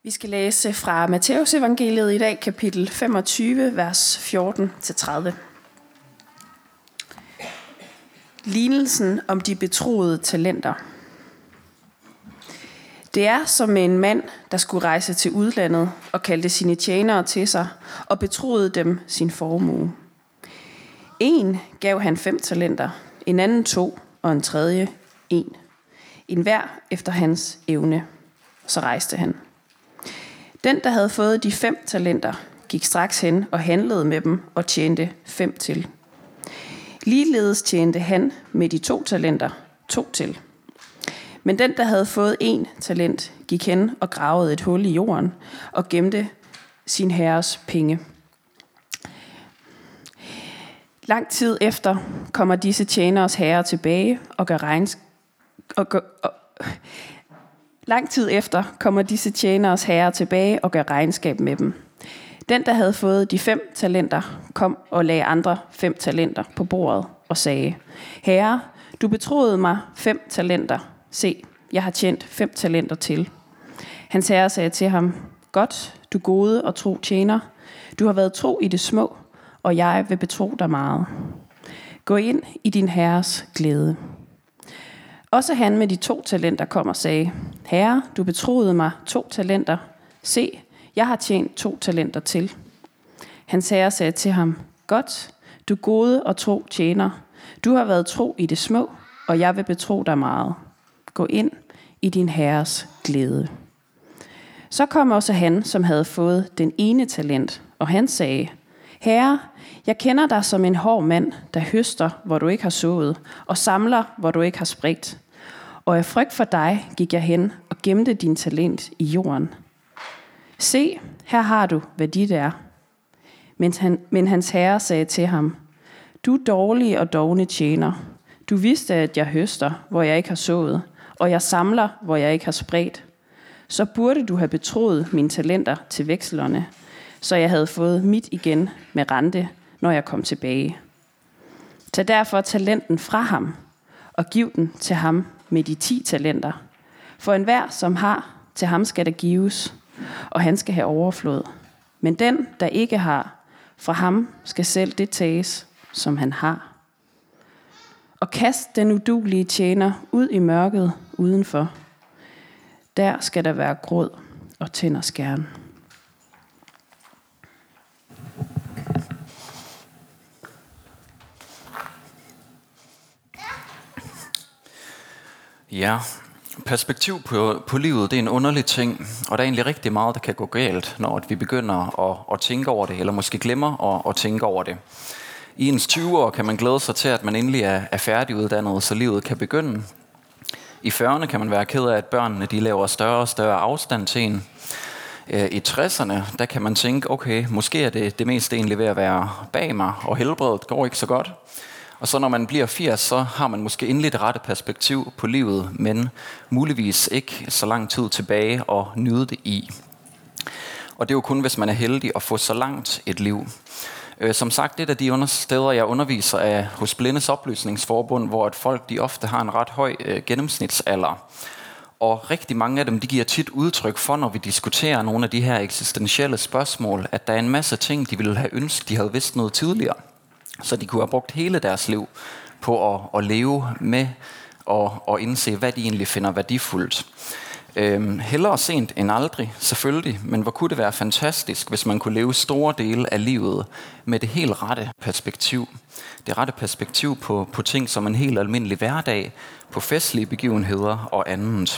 Vi skal læse fra Matteus evangeliet i dag, kapitel 25, vers 14-30. Lignelsen om de betroede talenter. Det er som en mand, der skulle rejse til udlandet og kaldte sine tjenere til sig og betroede dem sin formue. En gav han 5 talenter, en anden 2 og en tredje 1. En hver efter hans evne. Så rejste han. Den, der havde fået de 5 talenter, gik straks hen og handlede med dem og tjente 5 til. Ligeledes tjente han med de 2 talenter 2 til. Men den, der havde fået 1 talent, gik hen og gravede et hul i jorden og gemte sin herres penge. Lang tid efter kommer disse tjeneres herre tilbage og gør regnskab med dem. Den, der havde fået de 5 talenter, kom og lagde andre 5 talenter på bordet og sagde: Herre, du betroede mig 5 talenter. Se, jeg har tjent 5 talenter til. Hans herre sagde til ham: Godt, du gode og tro tjener. Du har været tro i det små, og jeg vil betro dig meget. Gå ind i din herres glæde. Også han med de 2 talenter kom og sagde: Herre, du betroede mig 2 talenter. Se, jeg har tjent 2 talenter til. Hans herre sagde til ham: Godt, du gode og tro tjener. Du har været tro i det små, og jeg vil betro dig meget. Gå ind i din herres glæde. Så kom også han, som havde fået den ene talent, og han sagde: Herre, jeg kender dig som en hård mand, der høster, hvor du ikke har sået, og samler, hvor du ikke har spredt. Og af frygt for dig gik jeg hen og gemte din talent i jorden. Se, her har du, hvad dit er. Men hans herre sagde til ham: Du dårlige og dovne tjener. Du vidste, at jeg høster, hvor jeg ikke har sået, og jeg samler, hvor jeg ikke har spredt. Så burde du have betroet mine talenter til vekslerne, så jeg havde fået mit igen med rente, når jeg kom tilbage. Tag derfor talenten fra ham, og giv den til ham med de 10 talenter. For enhver, som har, til ham skal der gives, og han skal have overflod. Men den, der ikke har, fra ham skal selv det tages, som han har. Og kast den uduelige tjener ud i mørket udenfor. Der skal der være gråd og tænderskærn. Ja, perspektiv på livet, det er en underlig ting, og der er egentlig rigtig meget, der kan gå galt, når vi begynder at tænke over det, eller måske glemmer at tænke over det. I ens 20 år kan man glæde sig til, at man endelig er færdiguddannet, så livet kan begynde. I 40'erne kan man være ked af, at børnene de laver større og større afstand til en. I 60'erne, der kan man tænke, okay, måske er det meste egentlig ved at være bag mig, og helbredet går ikke så godt. Og så når man bliver 80, så har man måske endelig det rette perspektiv på livet, men muligvis ikke så lang tid tilbage at nyde det i. Og det er jo kun, hvis man er heldig at få så langt et liv. Som sagt, det er de steder, jeg underviser af hos Blindes Oplysningsforbund, hvor at folk de ofte har en ret høj gennemsnitsalder. Og rigtig mange af dem, de giver tit udtryk for, når vi diskuterer nogle af de her eksistentielle spørgsmål, at der er en masse ting, de ville have ønsket, de havde vidst noget tidligere. Så de kunne have brugt hele deres liv på at leve med og indse, hvad de egentlig finder værdifuldt. Hellere sent end aldrig, selvfølgelig, men hvor kunne det være fantastisk, hvis man kunne leve store dele af livet med det helt rette perspektiv. Det rette perspektiv på ting som en helt almindelig hverdag, på festlige begivenheder og andet.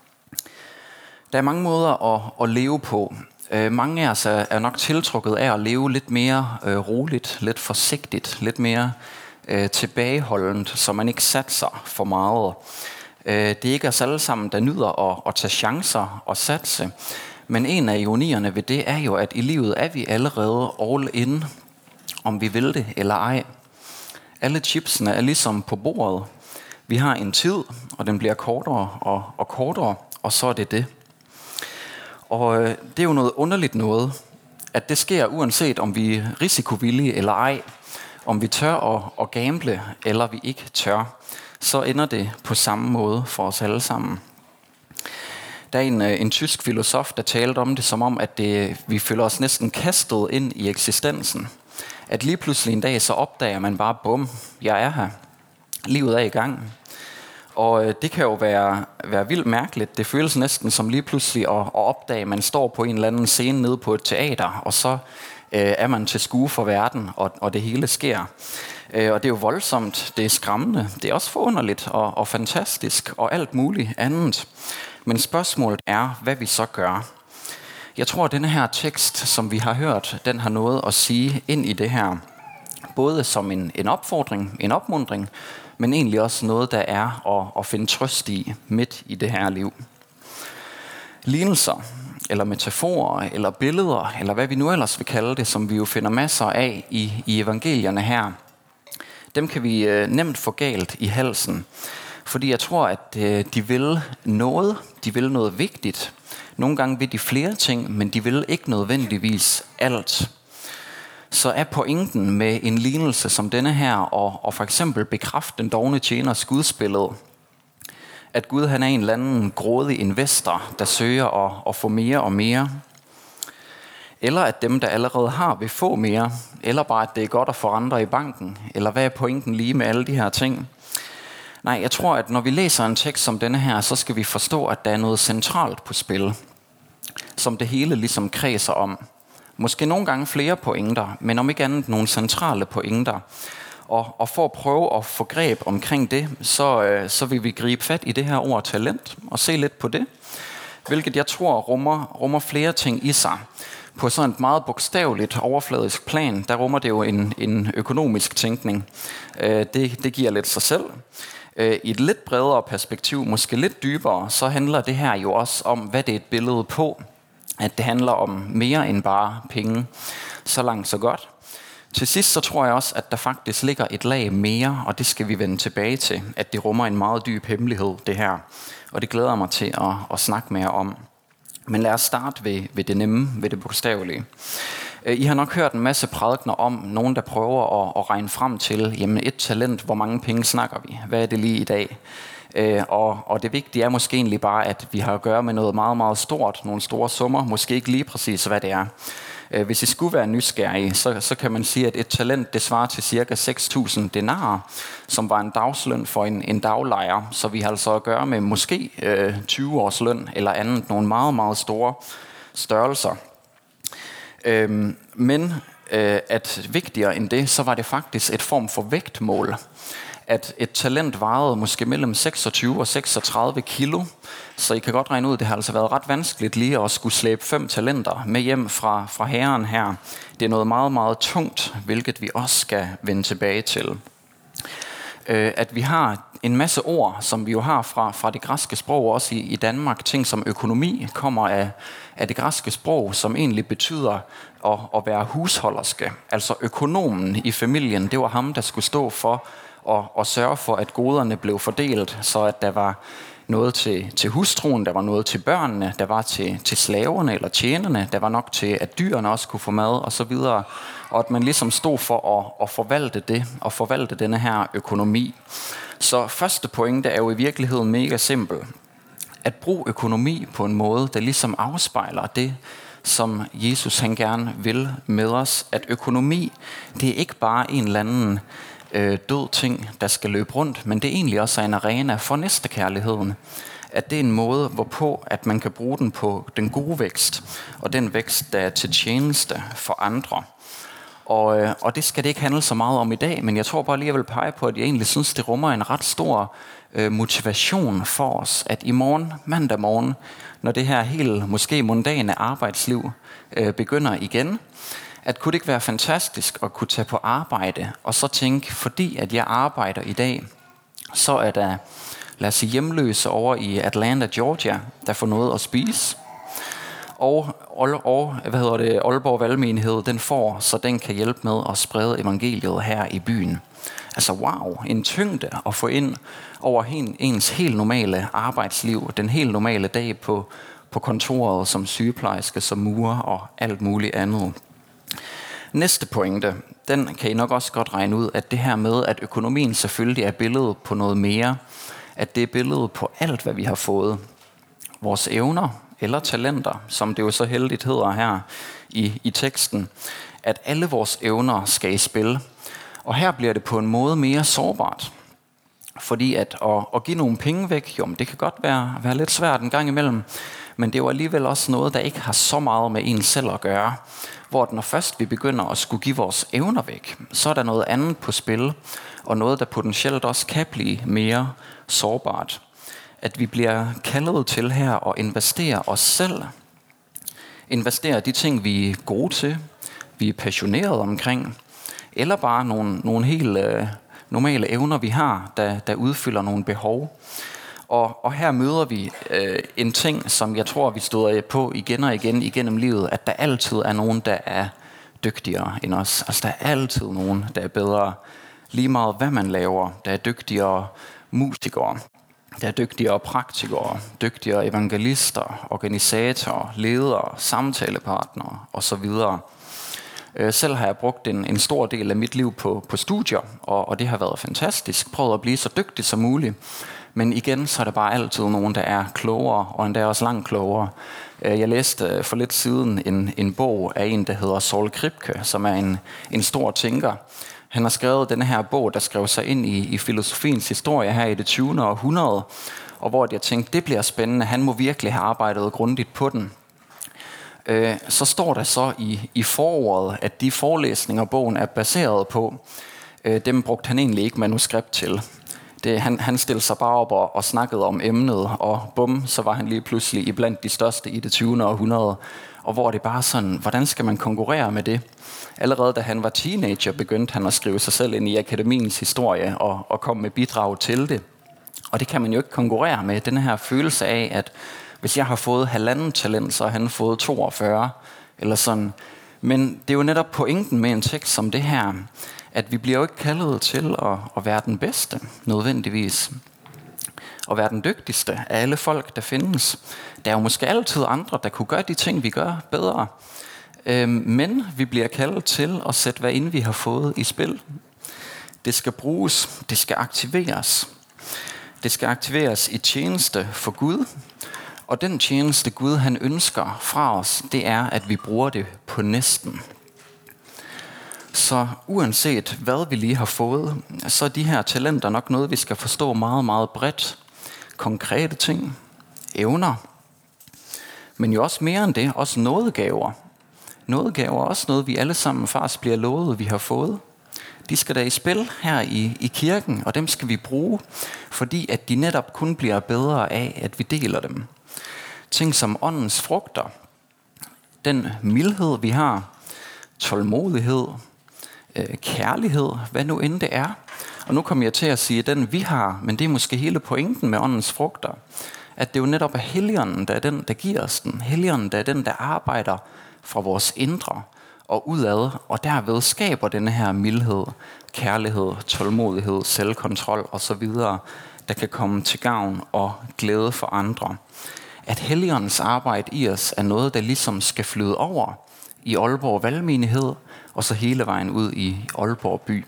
Der er mange måder at leve på. Mange af os er nok tiltrukket af at leve lidt mere roligt, lidt forsigtigt, lidt mere tilbageholdent, så man ikke satser for meget. Det er ikke os alle sammen, der nyder at tage chancer og satse. Men en af ironierne ved det er jo, at i livet er vi allerede all in, om vi vil det eller ej. Alle chipsene er ligesom på bordet. Vi har en tid, og den bliver kortere og kortere, og så er det det. Og det er jo noget underligt noget, at det sker uanset om vi er risikovillige eller ej, om vi tør at gamble eller vi ikke tør, så ender det på samme måde for os alle sammen. Der er en tysk filosof, der talte om det som om, at vi føler os næsten kastet ind i eksistensen. At lige pludselig en dag, så opdager man bare, bum, jeg er her. Livet er i gang. Og det kan jo være vildt mærkeligt. Det føles næsten som lige pludselig at opdage, at man står på en eller anden scene nede på et teater, og så er man til skue for verden, og det hele sker. Og det er jo voldsomt, det er skræmmende, det er også forunderligt og fantastisk og alt muligt andet. Men spørgsmålet er, hvad vi så gør. Jeg tror, at denne her tekst, som vi har hørt, den har noget at sige ind i det her. Både som en opfordring, en opmuntring, men egentlig også noget, der er at finde trøst i midt i det her liv. Lignelser, eller metaforer, eller billeder, eller hvad vi nu ellers vil kalde det, som vi jo finder masser af i evangelierne her, dem kan vi nemt få galt i halsen. Fordi jeg tror, at de vil noget vigtigt. Nogle gange vil de flere ting, men de vil ikke nødvendigvis alt. Så er pointen med en lignelse som denne her, og for eksempel bekræfte den dovne tjeners gudsbillede, at Gud han er en eller anden grådig investor, der søger at få mere og mere. Eller at dem, der allerede har, vil få mere. Eller bare, at det er godt at få andre i banken. Eller hvad er pointen lige med alle de her ting? Nej, jeg tror, at når vi læser en tekst som denne her, så skal vi forstå, at der er noget centralt på spil, som det hele ligesom kredser om. Måske nogle gange flere pointer, men om ikke andet nogle centrale pointer. Og for at prøve at få greb omkring det, så vil vi gribe fat i det her ord talent og se lidt på det, hvilket jeg tror rummer flere ting i sig. På sådan et meget bogstaveligt, overfladisk plan, der rummer det jo en økonomisk tænkning. Det giver lidt sig selv. I et lidt bredere perspektiv, måske lidt dybere, så handler det her jo også om, hvad det er et billede på. At det handler om mere end bare penge. Så langt, så godt. Til sidst så tror jeg også, at der faktisk ligger et lag mere, og det skal vi vende tilbage til. At det rummer en meget dyb hemmelighed, det her. Og det glæder mig til at snakke mere om. Men lad os starte ved det nemme, ved det bogstavelige. I har nok hørt en masse prædikener om nogen, der prøver at regne frem til, jamen et talent, hvor mange penge snakker vi? Hvad er det lige i dag? Og det vigtige er måske egentlig bare, at vi har at gøre med noget meget, meget stort, nogle store summer, måske ikke lige præcis, hvad det er. Hvis I skulle være nysgerrige, så kan man sige, at et talent, det svarer til cirka 6.000 denarer, som var en dagsløn for en daglejer. Så vi har altså at gøre med måske 20 års løn eller andet, nogle meget, meget store størrelser. Men at vigtigere end det, så var det faktisk et form for vægtmål. At et talent vejede måske mellem 26 og 36 kilo. Så I kan godt regne ud, det har altså været ret vanskeligt lige at skulle slæbe 5 talenter med hjem fra herren her. Det er noget meget, meget tungt, hvilket vi også skal vende tilbage til. At vi har en masse ord, som vi jo har fra det græske sprog, også i Danmark. Ting som økonomi kommer af det græske sprog, som egentlig betyder at være husholderske. Altså økonomen i familien, det var ham, der skulle stå for og sørge for, at goderne blev fordelt, så at der var noget til hustruen, der var noget til børnene, der var til slaverne eller tjenerne, der var nok til, at dyrene også kunne få mad og så videre. Og at man ligesom stod for at forvalte det, og forvalte denne her økonomi. Så første pointe er jo i virkeligheden mega simpel. At bruge økonomi på en måde, der ligesom afspejler det, som Jesus han gerne vil med os. At økonomi, det er ikke bare en eller anden død ting, der skal løbe rundt, men det er egentlig også en arena for næstekærligheden. At det er en måde, hvorpå at man kan bruge den på den gode vækst, og den vækst, der er til tjeneste for andre. Og det skal det ikke handle så meget om i dag, men jeg tror bare lige, jeg vil pege på, at jeg egentlig synes, det rummer en ret stor motivation for os, at i morgen, mandag morgen, når det her helt måske mundane arbejdsliv begynder igen, at kunne det ikke være fantastisk at kunne tage på arbejde, og så tænke, fordi at jeg arbejder i dag, så er der, lad os sige, hjemløse over i Atlanta, Georgia, der får noget at spise. Og Aalborg Valgmenighed, den får, så den kan hjælpe med at sprede evangeliet her i byen. Altså wow, en tyngde at få ind over ens helt normale arbejdsliv, den helt normale dag på kontoret som sygeplejerske, som murer og alt muligt andet. Næste pointe, den kan I nok også godt regne ud, at det her med, at økonomien selvfølgelig er billedet på noget mere, at det er billedet på alt, hvad vi har fået. vores evner eller talenter, som det jo så heldigt hedder her i teksten, at alle vores evner skal i spil. Og her bliver det på en måde mere sårbart. Fordi at give nogle penge væk, jo, det kan godt være lidt svært en gang imellem, men det er jo alligevel også noget, der ikke har så meget med en selv at gøre. Hvor når først vi begynder at skulle give vores evner væk, så er der noget andet på spil, og noget, der potentielt også kan blive mere sårbart. At vi bliver kaldet til her at investere os selv. Investere de ting, vi er gode til, vi er passionerede omkring, eller bare nogle helt normale evner, vi har, der udfylder nogle behov. Og her møder vi en ting, som jeg tror, vi støder på igen og igen igennem livet, at der altid er nogen, der er dygtigere end os. Altså der er altid nogen, der er bedre. Lige meget hvad man laver, der er dygtigere musikere, der er dygtigere praktikere, dygtigere evangelister, organisatorer, ledere, samtalepartnere osv. Selv har jeg brugt en stor del af mit liv på studier, og det har været fantastisk. Prøvet at blive så dygtig som muligt. Men igen, så er der bare altid nogen, der er klogere, og endda også langt klogere. Jeg læste for lidt siden en bog af en, der hedder Saul Kripke, som er en stor tænker. Han har skrevet denne her bog, der skrev sig ind i filosofiens historie her i det 20. århundrede, og hvor jeg tænkte, det bliver spændende. Han må virkelig have arbejdet grundigt på den. Så står der så i forordet, at de forelæsninger, bogen er baseret på, dem brugte han egentlig ikke manuskript til. Han stillede sig bare op og snakkede om emnet, og bum, så var han lige pludselig iblandt de største i det 20. århundrede. Og hvor det bare sådan, hvordan skal man konkurrere med det? Allerede da han var teenager, begyndte han at skrive sig selv ind i akademiens historie og kom med bidrag til det. Og det kan man jo ikke konkurrere med, den her følelse af, at hvis jeg har fået 1,5 talent, så har han fået 42, eller sådan. Men det er jo netop pointen med en tekst som det her, at vi bliver jo ikke kaldet til at være den bedste, nødvendigvis. Og være den dygtigste af alle folk, der findes. Der er jo måske altid andre, der kunne gøre de ting, vi gør bedre. Men vi bliver kaldet til at sætte, hvad end vi har fået i spil. Det skal bruges, det skal aktiveres. Det skal aktiveres i tjeneste for Gud. Og den tjeneste Gud, han ønsker fra os, det er, at vi bruger det på næsten. Så uanset hvad vi lige har fået, så er de her talenter nok noget, vi skal forstå meget, meget bredt. Konkrete ting, evner, men jo også mere end det, også nådegaver. Nådegaver er også noget, vi alle sammen faktisk bliver lovet, vi har fået. De skal der i spil her i kirken, og dem skal vi bruge, fordi at de netop kun bliver bedre af, at vi deler dem. Ting som åndens frugter, den mildhed vi har, tålmodighed, kærlighed, hvad nu end det er. Og nu kommer jeg til at sige, den vi har, men det er måske hele pointen med åndens frugter, at det jo netop er Helligånden, der er den, der giver os den. Helligånden, der er den, der arbejder fra vores indre og udad, og derved skaber denne her mildhed, kærlighed, tålmodighed, selvkontrol osv., der kan komme til gavn og glæde for andre. At Helligåndens arbejde i os er noget, der ligesom skal flyde over i Aalborg Valgmenighed, og så hele vejen ud i Aalborg by.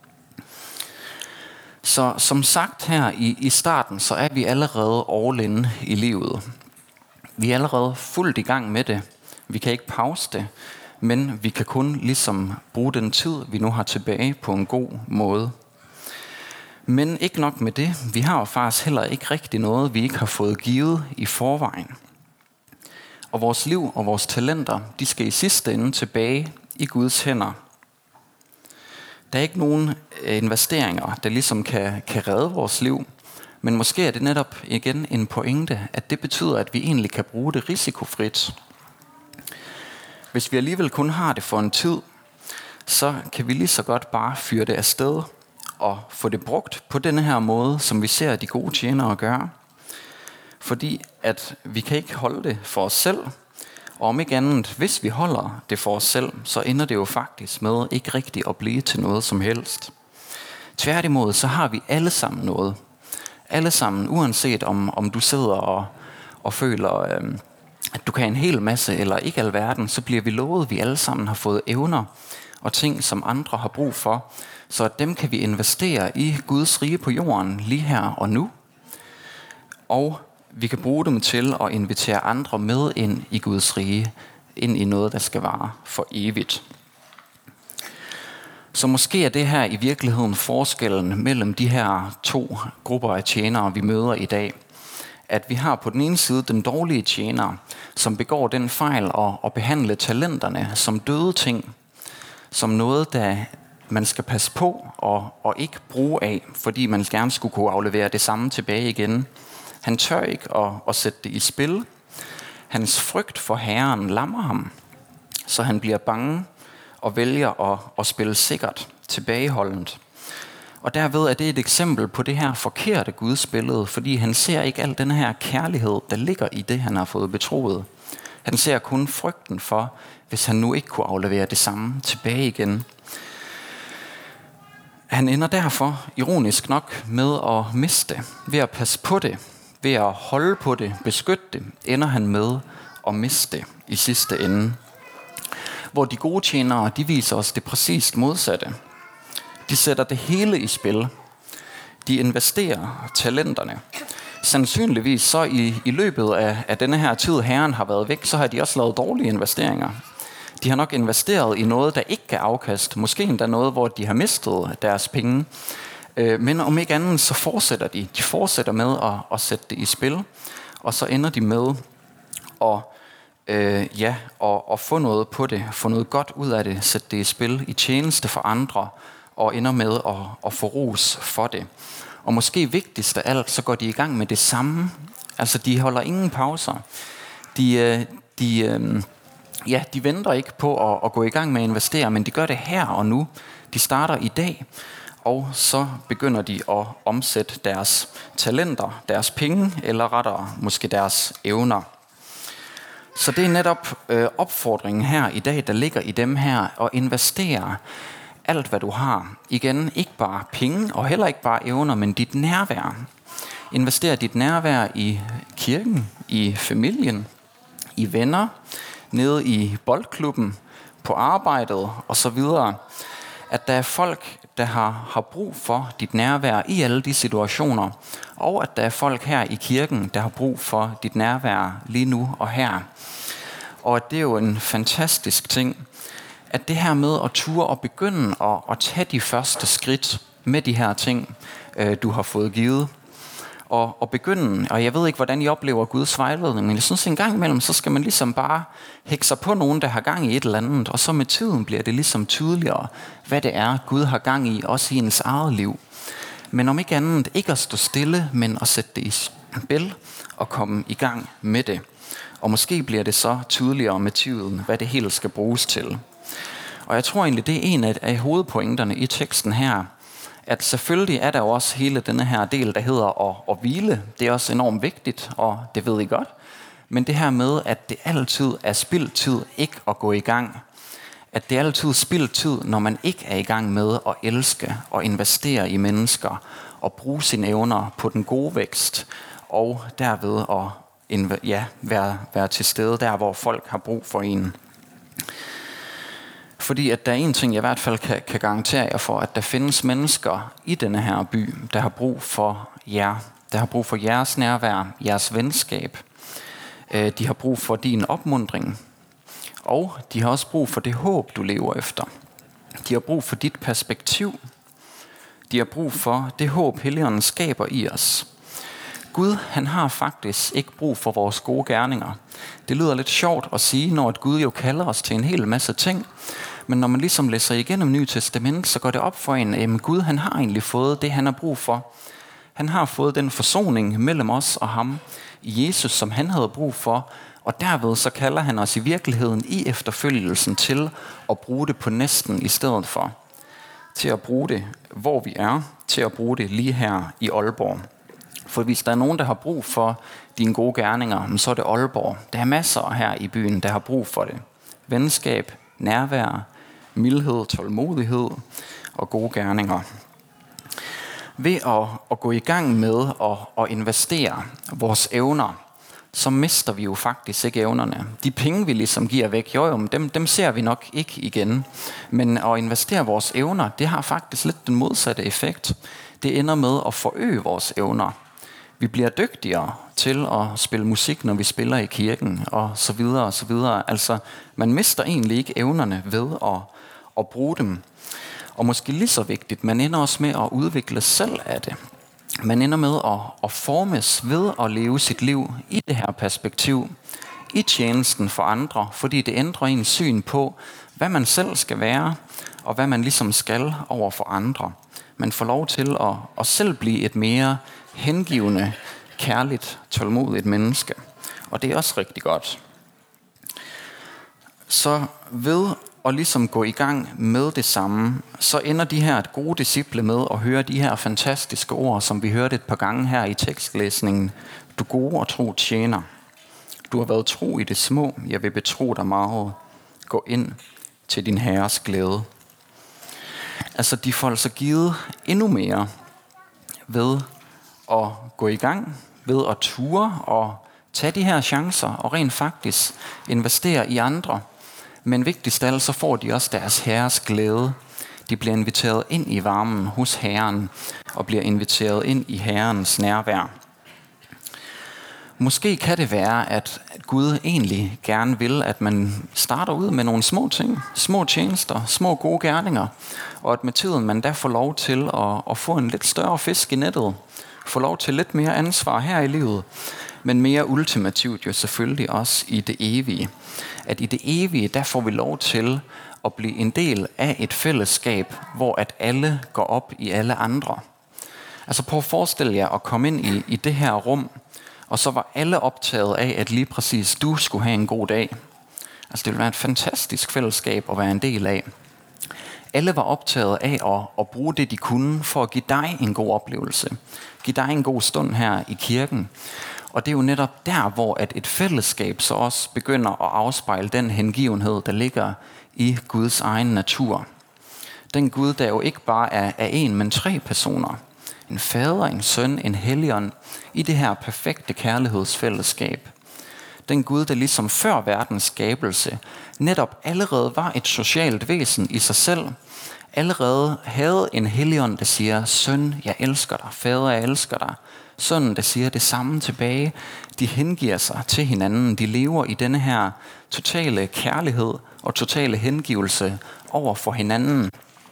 Så som sagt her i starten, så er vi allerede all in i livet. Vi er allerede fuldt i gang med det. Vi kan ikke pause det, men vi kan kun ligesom bruge den tid, vi nu har tilbage på en god måde. Men ikke nok med det. Vi har jo faktisk heller ikke rigtig noget, vi ikke har fået givet i forvejen. Og vores liv og vores talenter, de skal i sidste ende tilbage i Guds hænder. Der er ikke nogen investeringer, der ligesom kan redde vores liv. Men måske er det netop igen en pointe, at det betyder, at vi egentlig kan bruge det risikofrit. Hvis vi alligevel kun har det for en tid, så kan vi lige så godt bare fyre det afsted og få det brugt på denne her måde, som vi ser de gode tjenere gøre. Fordi at vi kan ikke holde det for os selv, og om ikke andet, hvis vi holder det for os selv, så ender det jo faktisk med ikke rigtigt at blive til noget som helst. Tværtimod, så har vi alle sammen noget. Alle sammen, uanset om du sidder og føler, at du kan en hel masse eller ikke alverden, så bliver vi lovet, at vi alle sammen har fået evner og ting, som andre har brug for. Så at dem kan vi investere i Guds rige på jorden lige her og nu. Og vi kan bruge dem til at invitere andre med ind i Guds rige, ind i noget, der skal vare for evigt. Så måske er det her i virkeligheden forskellen mellem de her to grupper af tjenere, vi møder i dag. At vi har på den ene side den dårlige tjener, som begår den fejl at behandle talenterne som døde ting, som noget, der man skal passe på og ikke bruge af, fordi man gerne skulle kunne aflevere det samme tilbage igen. Han tør ikke at sætte det i spil. Hans frygt for Herren lammer ham, så han bliver bange og vælger at spille sikkert, tilbageholdent. Og derved er det et eksempel på det her forkerte gudsbillede, fordi han ser ikke al den her kærlighed, der ligger i det, han har fået betroet. Han ser kun frygten for, hvis han nu ikke kunne aflevere det samme tilbage igen. Han ender derfor, ironisk nok, med at miste. Ved at passe på det, ved at holde på det, beskytte det, ender han med at miste i sidste ende. Hvor de gode tjenere, de viser os det præcis modsatte. De sætter det hele i spil. De investerer talenterne. Sandsynligvis så i løbet af denne her tid, Herren har været væk, så har de også lavet dårlige investeringer. De har nok investeret i noget, der ikke kan afkaste. Måske endda noget, hvor de har mistet deres penge. Men om ikke andet, så fortsætter de. De fortsætter med at sætte det i spil. Og så ender de med at få noget på det. Få noget godt ud af det. Sætte det i spil i tjeneste for andre. Og ender med at få ros for det. Og måske vigtigst af alt, så går de i gang med det samme. Altså, de holder ingen pauser. De venter ikke på at gå i gang med at investere, men de gør det her og nu. De starter i dag, og så begynder de at omsætte deres talenter, deres penge, eller rettere måske deres evner. Så det er netop opfordringen her i dag, der ligger i dem her, at investere alt, hvad du har. Igen, ikke bare penge, og heller ikke bare evner, men dit nærvær. Invester dit nærvær i kirken, i familien, i venner, nede i boldklubben, på arbejdet osv. At der er folk, der har brug for dit nærvær i alle de situationer, og at der er folk her i kirken, der har brug for dit nærvær lige nu og her. Og at det er jo en fantastisk ting, at det her med at ture og begynde at tage de første skridt med de her ting, du har fået givet, og begynde, og jeg ved ikke, hvordan I oplever Guds vejledning, men jeg synes en gang imellem, så skal man ligesom bare hække sig på nogen, der har gang i et eller andet, og så med tiden bliver det ligesom tydeligere, hvad det er, Gud har gang i, også i ens eget liv. Men om ikke andet, ikke at stå stille, men at sætte det i spil og komme i gang med det. Og måske bliver det så tydeligere med tiden, hvad det helt skal bruges til. Og jeg tror egentlig, det er en af hovedpointerne i teksten her, at selvfølgelig er der også hele denne her del, der hedder at hvile. Det er også enormt vigtigt, og det ved I godt. Men det her med, at det altid er spildt tid ikke at gå i gang. At det er altid spildt tid, når man ikke er i gang med at elske og investere i mennesker og bruge sine evner på den gode vækst og derved at være til stede der, hvor folk har brug for en. Fordi at der er en ting, jeg i hvert fald kan garantere jer for, at der findes mennesker i denne her by, der har brug for jer. Der har brug for jeres nærvær, jeres venskab. De har brug for din opmuntring. Og de har også brug for det håb, du lever efter. De har brug for dit perspektiv. De har brug for det håb, Helligånden skaber i os. Gud, han har faktisk ikke brug for vores gode gerninger. Det lyder lidt sjovt at sige, når at Gud jo kalder os til en hel masse ting. Men når man ligesom læser igennem Nye Testament, så går det op for en, at Gud, han har egentlig fået det, han har brug for. Han har fået den forsoning mellem os og ham i Jesus, som han havde brug for. Og derved så kalder han os i virkeligheden i efterfølgelsen til at bruge det på næsten i stedet for. Til at bruge det, hvor vi er. Til at bruge det lige her i Aalborg. For hvis der er nogen, der har brug for dine gode gerninger, så er det Aalborg. Der er masser her i byen, der har brug for det. Venskab, nærvær, mildhed, tålmodighed og gode gerninger. Ved at gå i gang med at investere vores evner, så mister vi jo faktisk ikke evnerne. De penge, vi ligesom giver væk, dem ser vi nok ikke igen. Men at investere vores evner, det har faktisk lidt den modsatte effekt. Det ender med at forøge vores evner. Vi bliver dygtigere til at spille musik, når vi spiller i kirken, og så videre og så videre. Altså, man mister egentlig ikke evnerne ved at bruge dem. Og måske lige så vigtigt, man ender også med at udvikle selv af det. Man ender med at formes ved at leve sit liv i det her perspektiv, i tjenesten for andre, fordi det ændrer ens syn på, hvad man selv skal være, og hvad man ligesom skal over for andre. Man får lov til at selv blive et mere hengivende, kærligt, tålmodigt menneske. Og det er også rigtig godt. Så ved at ligesom gå i gang med det samme, så ender de her gode disciple med at høre de her fantastiske ord, som vi hørte et par gange her i tekstlæsningen. Du gode og tro tjener. Du har været tro i det små, jeg vil betro dig meget. Gå ind til din herres glæde. Altså, de får altså givet endnu mere ved at gå i gang, ved at ture og tage de her chancer og rent faktisk investere i andre. Men vigtigst af alt, så får de også deres herres glæde. De bliver inviteret ind i varmen hos Herren og bliver inviteret ind i Herrens nærvær. Måske kan det være, at Gud egentlig gerne vil, at man starter ud med nogle små ting, små tjenester, små gode gerninger, og at med tiden man da får lov til at få en lidt større fisk i nettet, få lov til lidt mere ansvar her i livet, men mere ultimativt jo selvfølgelig også i det evige. At i det evige, der får vi lov til at blive en del af et fællesskab, hvor at alle går op i alle andre. Altså prøv at forestille jer at komme ind i det her rum, og så var alle optaget af, at lige præcis du skulle have en god dag. Altså det ville være et fantastisk fællesskab at være en del af. Alle var optaget af at bruge det, de kunne, for at give dig en god oplevelse. Give dig en god stund her i kirken. Og det er jo netop der, hvor at et fællesskab så også begynder at afspejle den hengivenhed, der ligger i Guds egen natur. Den Gud, der jo ikke bare er en, men 3 personer. En fader, en søn, en helligånd i det her perfekte kærlighedsfællesskab. Den Gud, der ligesom før verdens skabelse netop allerede var et socialt væsen i sig selv, allerede havde en helligånd, der siger, søn, jeg elsker dig, fader, jeg elsker dig. Sønnen, der siger det samme tilbage. De hengiver sig til hinanden. De lever i denne her totale kærlighed og totale hengivelse over for hinanden.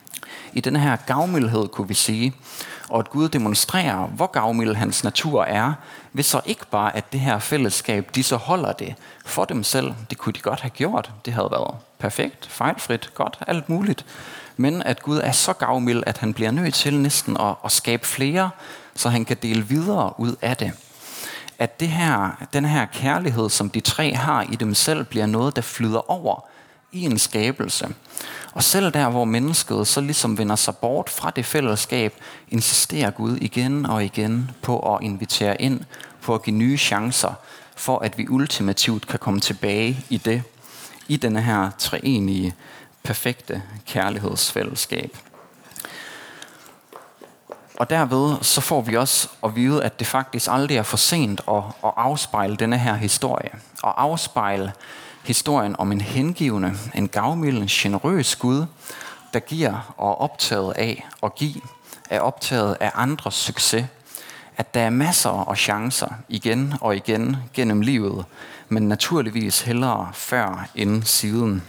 I denne her gavmildhed, kunne vi sige. Og at Gud demonstrerer, hvor gavmild hans natur er, hvis så ikke bare, at det her fællesskab, de så holder det for dem selv. Det kunne de godt have gjort. Det havde været perfekt, fejlfrit, godt, alt muligt. Men at Gud er så gavmild, at han bliver nødt til næsten at skabe flere, så han kan dele videre ud af det. At den her kærlighed, som de 3 har i dem selv, bliver noget, der flyder over i en skabelse. Og selv der, hvor mennesket så ligesom vender sig bort fra det fællesskab, insisterer Gud igen og igen på at invitere ind, på at give nye chancer, for at vi ultimativt kan komme tilbage i det, i denne her treenige, perfekte kærlighedsfællesskab. Og derved så får vi også at vide, at det faktisk aldrig er for sent at afspejle denne her historie. Og afspejle historien om en hengivende, en gavmild, en generøs Gud, der giver og er optaget af at give, er optaget af andres succes. At der er masser af chancer igen og igen gennem livet, men naturligvis hellere før end siden.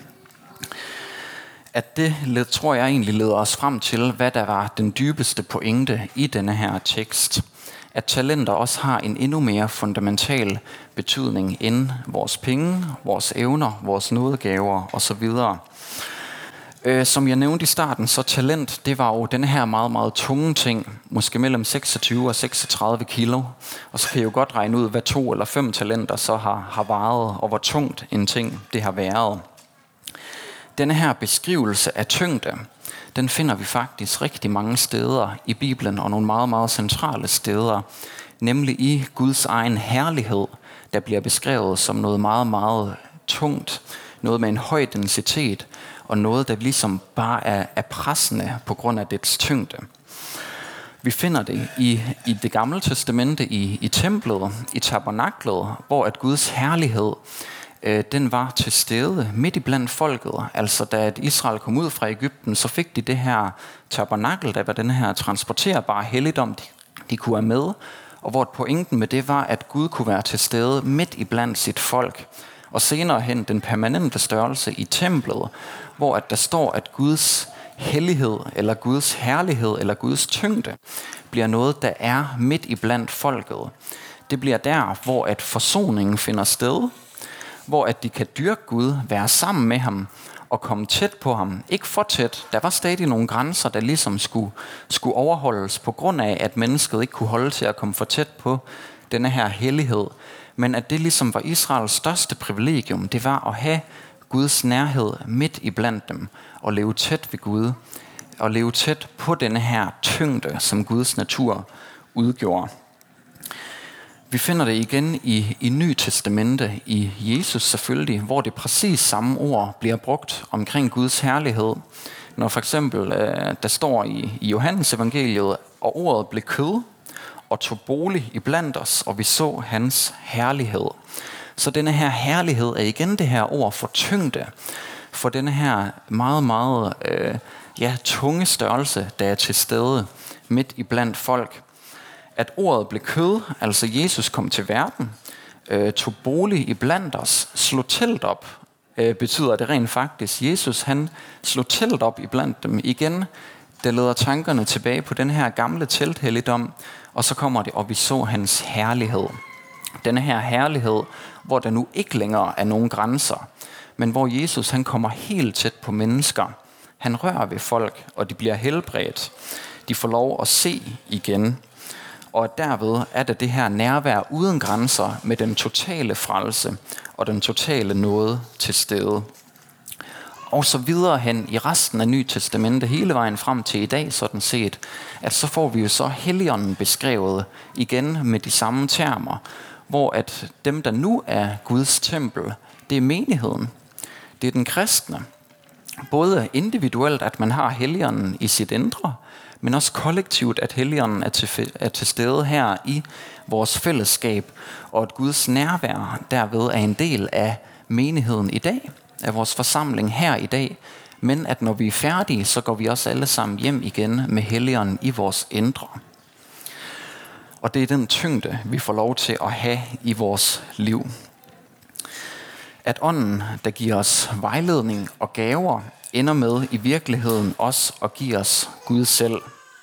At det tror jeg egentlig leder os frem til, hvad der var den dybeste pointe i denne her tekst. At talenter også har en endnu mere fundamental betydning end vores penge, vores evner, vores nådegaver osv. Som jeg nævnte i starten, så talent, det var jo denne her meget, meget tunge ting, måske mellem 26 og 36 kilo. Og så kan jeg jo godt regne ud, hvad 2 eller 5 talenter så har vejet, og hvor tungt en ting det har været. Denne her beskrivelse af tyngde, den finder vi faktisk rigtig mange steder i Bibelen, og nogle meget, meget centrale steder, nemlig i Guds egen herlighed, der bliver beskrevet som noget meget, meget tungt, noget med en høj densitet, og noget, der ligesom bare er pressende på grund af dets tyngde. Vi finder det i det gamle testamente, i templet, i tabernaklet, hvor at Guds herlighed, den var til stede midt i blandt folket. Altså da Israel kom ud fra Egypten, så fik de det her tabernakel, der var den her transporterbare helligdom, de kunne have med. og hvor pointen med det var, at Gud kunne være til stede midt i blandt sit folk. Og senere hen den permanente størrelse i templet, hvor at der står, at Guds hellighed, eller Guds herlighed, eller Guds tyngde, bliver noget, der er midt i blandt folket. Det bliver der, hvor at forsoningen finder sted, hvor at de kan dyrke Gud, være sammen med ham, og komme tæt på ham. Ikke for tæt. Der var stadig nogle grænser, der ligesom skulle overholdes, på grund af, at mennesket ikke kunne holde til at komme for tæt på denne her hellighed. Men at det ligesom var Israels største privilegium, det var at have Guds nærhed midt i blandt dem, og leve tæt ved Gud, og leve tæt på denne her tyngde, som Guds natur udgjorde. Vi finder det igen i Nye Testamente, i Jesus selvfølgelig, hvor det præcis samme ord bliver brugt omkring Guds herlighed. Når for eksempel der står i Johannes evangeliet, og ordet blev kød og tog bolig iblandt os, og vi så hans herlighed. Så denne her herlighed er igen det her ord for tyngde, for denne her meget, meget tunge størrelse, der er til stede midt iblandt folk. At ordet blev kød, altså Jesus kom til verden, tog bolig iblandt os, slog telt op, betyder det rent faktisk. Jesus han slog telt op iblandt dem igen. Det leder tankerne tilbage på den her gamle telthelligdom, og så kommer det, og vi så hans herlighed. Denne her herlighed, hvor der nu ikke længere er nogen grænser, men hvor Jesus han kommer helt tæt på mennesker. Han rører ved folk, og de bliver helbredt. De får lov at se igen. Og derved er der det her nærvær uden grænser med den totale frelse og den totale nåde til stede. Og så videre hen i resten af Nye Testamente, hele vejen frem til i dag sådan set, at så får vi jo så Helligånden beskrevet igen med de samme termer, hvor at dem, der nu er Guds tempel, det er menigheden. Det er den kristne. Både individuelt, at man har Helligånden i sit indre, men også kollektivt, at Helligånden er til stede her i vores fællesskab, og at Guds nærvær derved er en del af menigheden i dag, af vores forsamling her i dag, men at når vi er færdige, så går vi også alle sammen hjem igen med Helligånden i vores indre. Og det er den tyngde, vi får lov til at have i vores liv. At ånden, der giver os vejledning og gaver, ender med i virkeligheden også at give os Gud selv.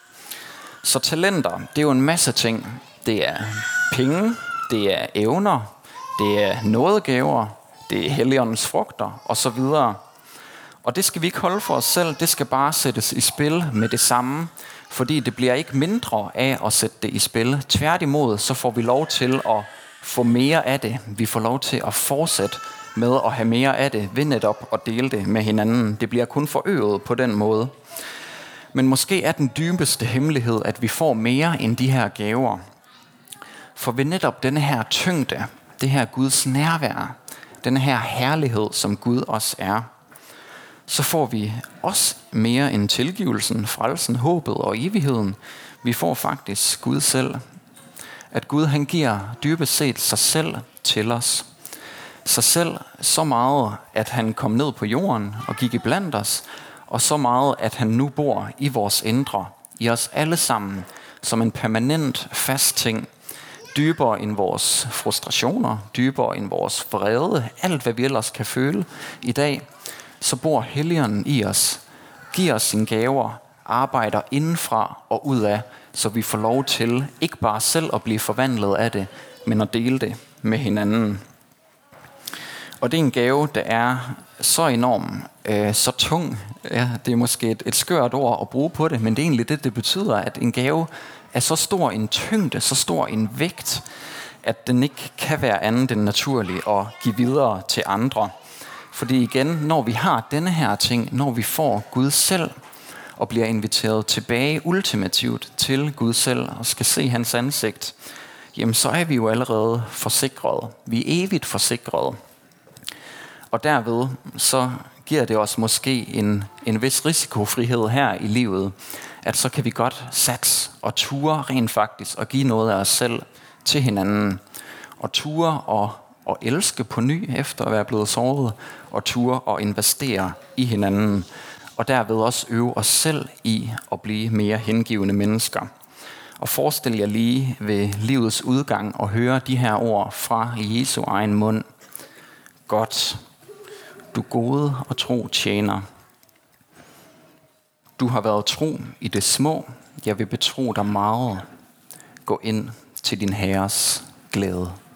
Så talenter, det er jo en masse ting. Det er penge, det er evner, det er nådegaver, det er Helligåndens frugter osv. Og det skal vi ikke holde for os selv, det skal bare sættes i spil med det samme, fordi det bliver ikke mindre af at sætte det i spil. Tværtimod, så får vi lov til at få mere af det. Vi får lov til at fortsætte med at have mere af det, ved netop at dele det med hinanden. Det bliver kun forøget på den måde. Men måske er den dybeste hemmelighed, at vi får mere end de her gaver. For ved netop denne her tyngde, det her Guds nærvær, denne her herlighed, som Gud også er, så får vi også mere end tilgivelsen, frelsen, håbet og evigheden. Vi får faktisk Gud selv. At Gud han giver dybest set sig selv til os. Sig selv så meget, at han kom ned på jorden og gik iblandt os, og så meget, at han nu bor i vores indre, i os alle sammen, som en permanent fast ting, dybere end vores frustrationer, dybere end vores vrede, alt hvad vi ellers kan føle i dag, så bor Helligånden i os, giver os sine gaver, arbejder indenfra og ud af, så vi får lov til ikke bare selv at blive forvandlet af det, men at dele det med hinanden. Og det er en gave, der er så enorm, så tung. Ja, det er måske et skørt ord at bruge på det, men det er egentlig det betyder, at en gave er så stor en tyngde, så stor en vægt, at den ikke kan være andet end naturlig at give videre til andre. Fordi igen, når vi har denne her ting, når vi får Gud selv, og bliver inviteret tilbage ultimativt til Gud selv, og skal se hans ansigt, jamen så er vi jo allerede forsikret. Vi er evigt forsikret. Og derved så giver det os måske en vis risikofrihed her i livet, at så kan vi godt satse og ture rent faktisk og give noget af os selv til hinanden. Og ture og elske på ny efter at være blevet såret, og ture og investere i hinanden. Og derved også øve os selv i at blive mere hengivende mennesker. Og forestil jer lige ved livets udgang og høre de her ord fra Jesu egen mund. Godt, du gode og tro tjener. Du har været tro i det små. Jeg vil betro dig meget. Gå ind til din herres glæde.